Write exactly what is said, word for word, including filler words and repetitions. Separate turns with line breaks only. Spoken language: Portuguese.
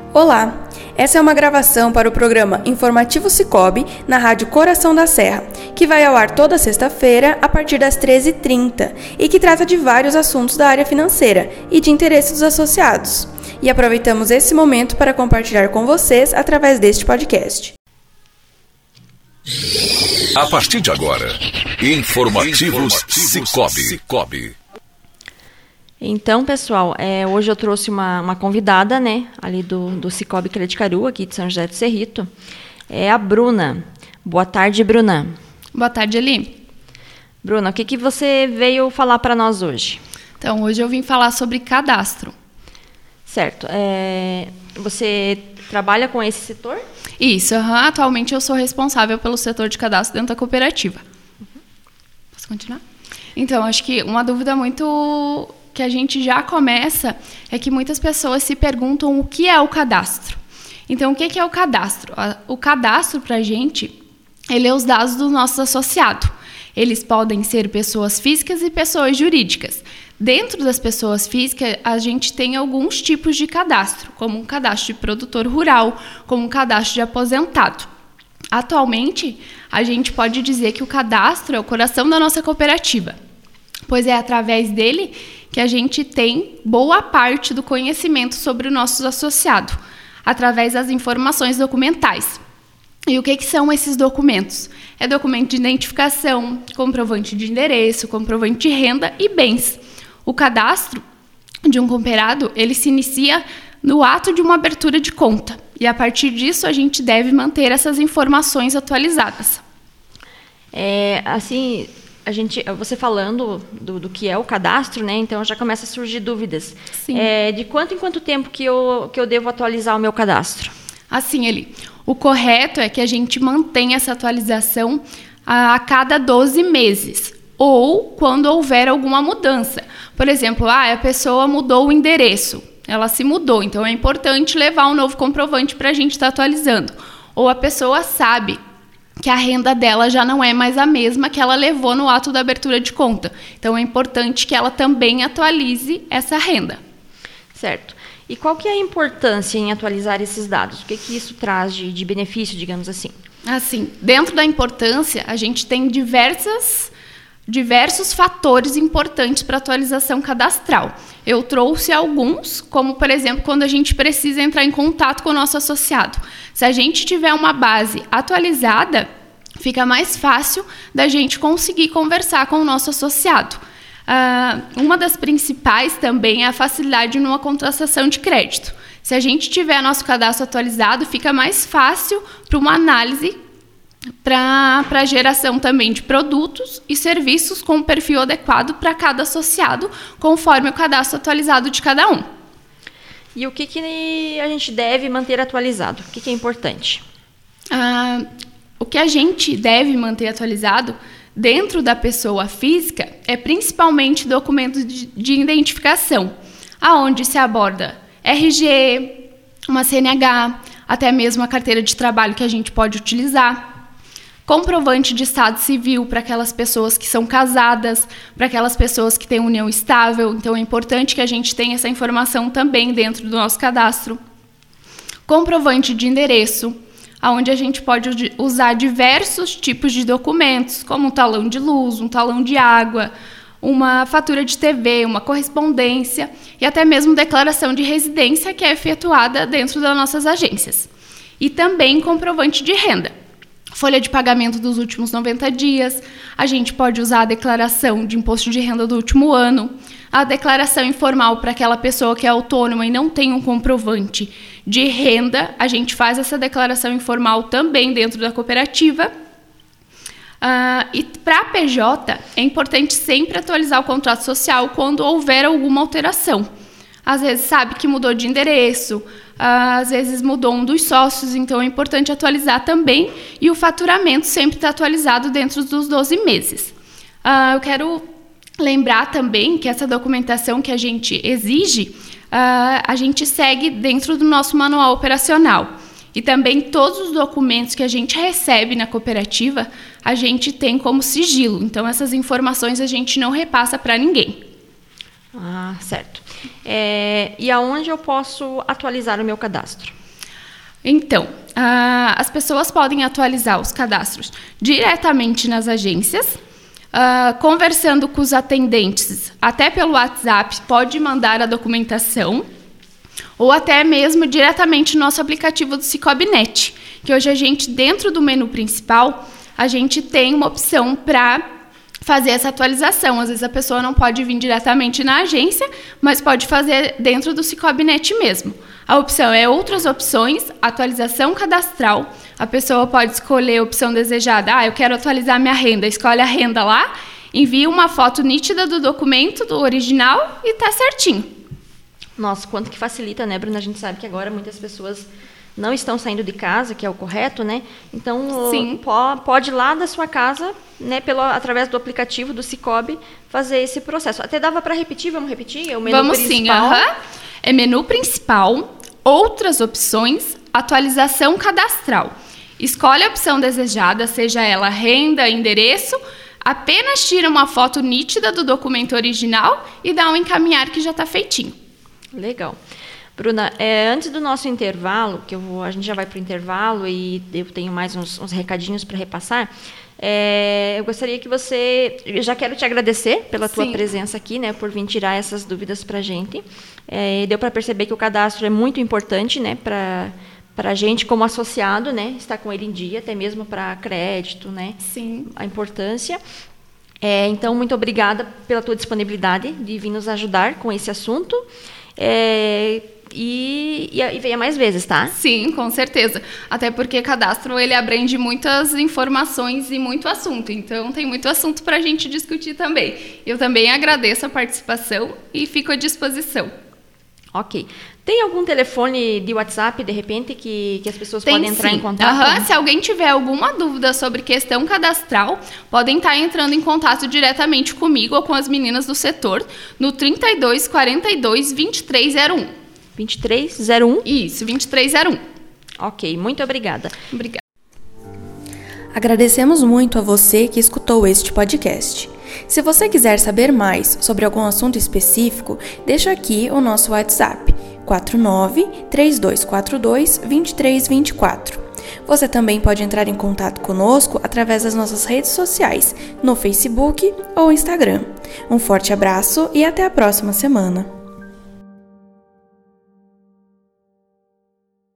Olá, essa é uma gravação para o programa Informativo Sicoob na Rádio Coração da Serra, que vai ao ar toda sexta-feira a partir das treze e trinta e que trata de vários assuntos da área financeira e de interesse dos associados. E aproveitamos esse momento para compartilhar com vocês através deste podcast.
A partir de agora, Informativos Sicoob. Sicoob.
Então, pessoal, é, hoje eu trouxe uma, uma convidada, né, ali do, do Sicoob Credicaru, aqui de São José do Cerrito, é a Bruna. Boa tarde, Bruna.
Boa tarde, Eli.
Bruna, o que, que você veio falar para nós hoje?
Então, hoje eu vim falar sobre cadastro.
Certo. É, você trabalha com esse setor?
Isso, uhum. Atualmente eu sou responsável pelo setor de cadastro dentro da cooperativa. Uhum. Posso continuar? Então, acho que uma dúvida muito... que a gente já começa é que muitas pessoas se perguntam o que é o cadastro. Então, o que é o cadastro? O cadastro, para a gente, ele é os dados dos nossos associados. Eles podem ser pessoas físicas e pessoas jurídicas. Dentro das pessoas físicas, a gente tem alguns tipos de cadastro, como um cadastro de produtor rural, como um cadastro de aposentado. Atualmente, a gente pode dizer que o cadastro é o coração da nossa cooperativa, pois é através dele que a gente tem boa parte do conhecimento sobre os nossos associados, através das informações documentais. E o que, que são esses documentos? É documento de identificação, comprovante de endereço, comprovante de renda e bens. O cadastro de um cooperado, ele se inicia no ato de uma abertura de conta. E a partir disso, a gente deve manter essas informações atualizadas.
É, assim... A gente, você falando do, do que é o cadastro, né? Então já começa a surgir dúvidas.
Sim.
É, de quanto em quanto tempo que eu, que eu devo atualizar o meu cadastro?
Assim, Eli, o correto é que a gente mantenha essa atualização a, a cada doze meses. Ou quando houver alguma mudança. Por exemplo, ah, a pessoa mudou o endereço. Ela se mudou, então é importante levar um novo comprovante para a gente estar atualizando. Ou a pessoa sabe que a renda dela já não é mais a mesma que ela levou no ato da abertura de conta. Então, é importante que ela também atualize essa renda.
Certo. E qual que é a importância em atualizar esses dados? O que, que isso traz de, de benefício, digamos assim?
Assim, dentro da importância, a gente tem diversas, diversos fatores importantes para a atualização cadastral. Eu trouxe alguns, como, por exemplo, quando a gente precisa entrar em contato com o nosso associado. Se a gente tiver uma base atualizada, fica mais fácil da gente conseguir conversar com o nosso associado. Uh, uma das principais também é a facilidade numa contratação de crédito. Se a gente tiver nosso cadastro atualizado, fica mais fácil para uma análise para a geração também de produtos e serviços com um perfil adequado para cada associado, conforme o cadastro atualizado de cada um.
E o que, que a gente deve manter atualizado? O que, que é importante?
Ah, o que a gente deve manter atualizado dentro da pessoa física é principalmente documentos de, de identificação, aonde se aborda R G, uma C N H, até mesmo a carteira de trabalho que a gente pode utilizar, comprovante de estado civil para aquelas pessoas que são casadas, para aquelas pessoas que têm união estável. Então, é importante que a gente tenha essa informação também dentro do nosso cadastro. Comprovante de endereço, onde a gente pode usar diversos tipos de documentos, como um talão de luz, um talão de água, uma fatura de T V, uma correspondência e até mesmo declaração de residência que é efetuada dentro das nossas agências. E também comprovante de renda. Folha de pagamento dos últimos noventa dias, a gente pode usar a declaração de imposto de renda do último ano, a declaração informal para aquela pessoa que é autônoma e não tem um comprovante de renda, a gente faz essa declaração informal também dentro da cooperativa. Uh, e para a P J, é importante sempre atualizar o contrato social quando houver alguma alteração. Às vezes sabe que mudou de endereço, às vezes mudou um dos sócios, então é importante atualizar também. E o faturamento sempre está atualizado dentro dos doze meses. Uh, eu quero lembrar também que essa documentação que a gente exige, uh, a gente segue dentro do nosso manual operacional. E também todos os documentos que a gente recebe na cooperativa, a gente tem como sigilo. Então, essas informações a gente não repassa para ninguém.
Ah, certo. É, e aonde eu posso atualizar o meu cadastro?
Então, uh, as pessoas podem atualizar os cadastros diretamente nas agências, uh, conversando com os atendentes, até pelo WhatsApp, pode mandar a documentação, ou até mesmo diretamente no nosso aplicativo do Cicobi Net, que hoje a gente, dentro do menu principal, a gente tem uma opção para fazer essa atualização. Às vezes a pessoa não pode vir diretamente na agência, mas pode fazer dentro do Cicobi Net mesmo. A opção é outras opções, atualização cadastral. A pessoa pode escolher a opção desejada. Ah, eu quero atualizar minha renda. Escolhe a renda lá, envia uma foto nítida do documento, do original, e tá certinho.
Nossa, quanto que facilita, né, Bruna? A gente sabe que agora muitas pessoas não estão saindo de casa, que é o correto, né? Então,
Sim.
pode ir lá da sua casa, né, pelo, através do aplicativo do Cicobi, fazer esse processo. Até dava para repetir, vamos repetir? É o menu
vamos
principal.
sim, uhum. É menu principal, outras opções, atualização cadastral. Escolhe a opção desejada, seja ela renda, endereço, apenas tira uma foto nítida do documento original e dá um encaminhar que já está feitinho.
Legal. Bruna, é, antes do nosso intervalo, que eu vou, a gente já vai para o intervalo e eu tenho mais uns, uns recadinhos para repassar, é, eu gostaria que você... Eu já quero te agradecer pela tua
Sim.
presença aqui, né, por vir tirar essas dúvidas para a gente. É, deu para perceber que o cadastro é muito importante, né, para para a gente como associado, né, estar com ele em dia, até mesmo para crédito, né,
Sim.
a importância. É, então, muito obrigada pela tua disponibilidade de vir nos ajudar com esse assunto. É, e, e, e venha mais vezes, tá?
Sim, com certeza. Até porque cadastro ele abrange muitas informações e muito assunto. Então, tem muito assunto para a gente discutir também. Eu também agradeço a participação e fico à disposição.
Ok. Tem algum telefone de WhatsApp, de repente, que, que as pessoas
Tem,
podem entrar
sim.
em contato?
Uhum. Se alguém tiver alguma dúvida sobre questão cadastral, podem estar entrando em contato diretamente comigo ou com as meninas do setor no trinta e dois, quarenta e dois, vinte e três zero um.
vinte e três zero um?
Isso, vinte e três zero um.
Ok, muito obrigada.
Obrigada.
Agradecemos muito a você que escutou este podcast. Se você quiser saber mais sobre algum assunto específico, deixa aqui o nosso WhatsApp quatro nove, três dois quatro dois, dois três dois quatro. Você também pode entrar em contato conosco através das nossas redes sociais, no Facebook ou Instagram. Um forte abraço e até a próxima semana!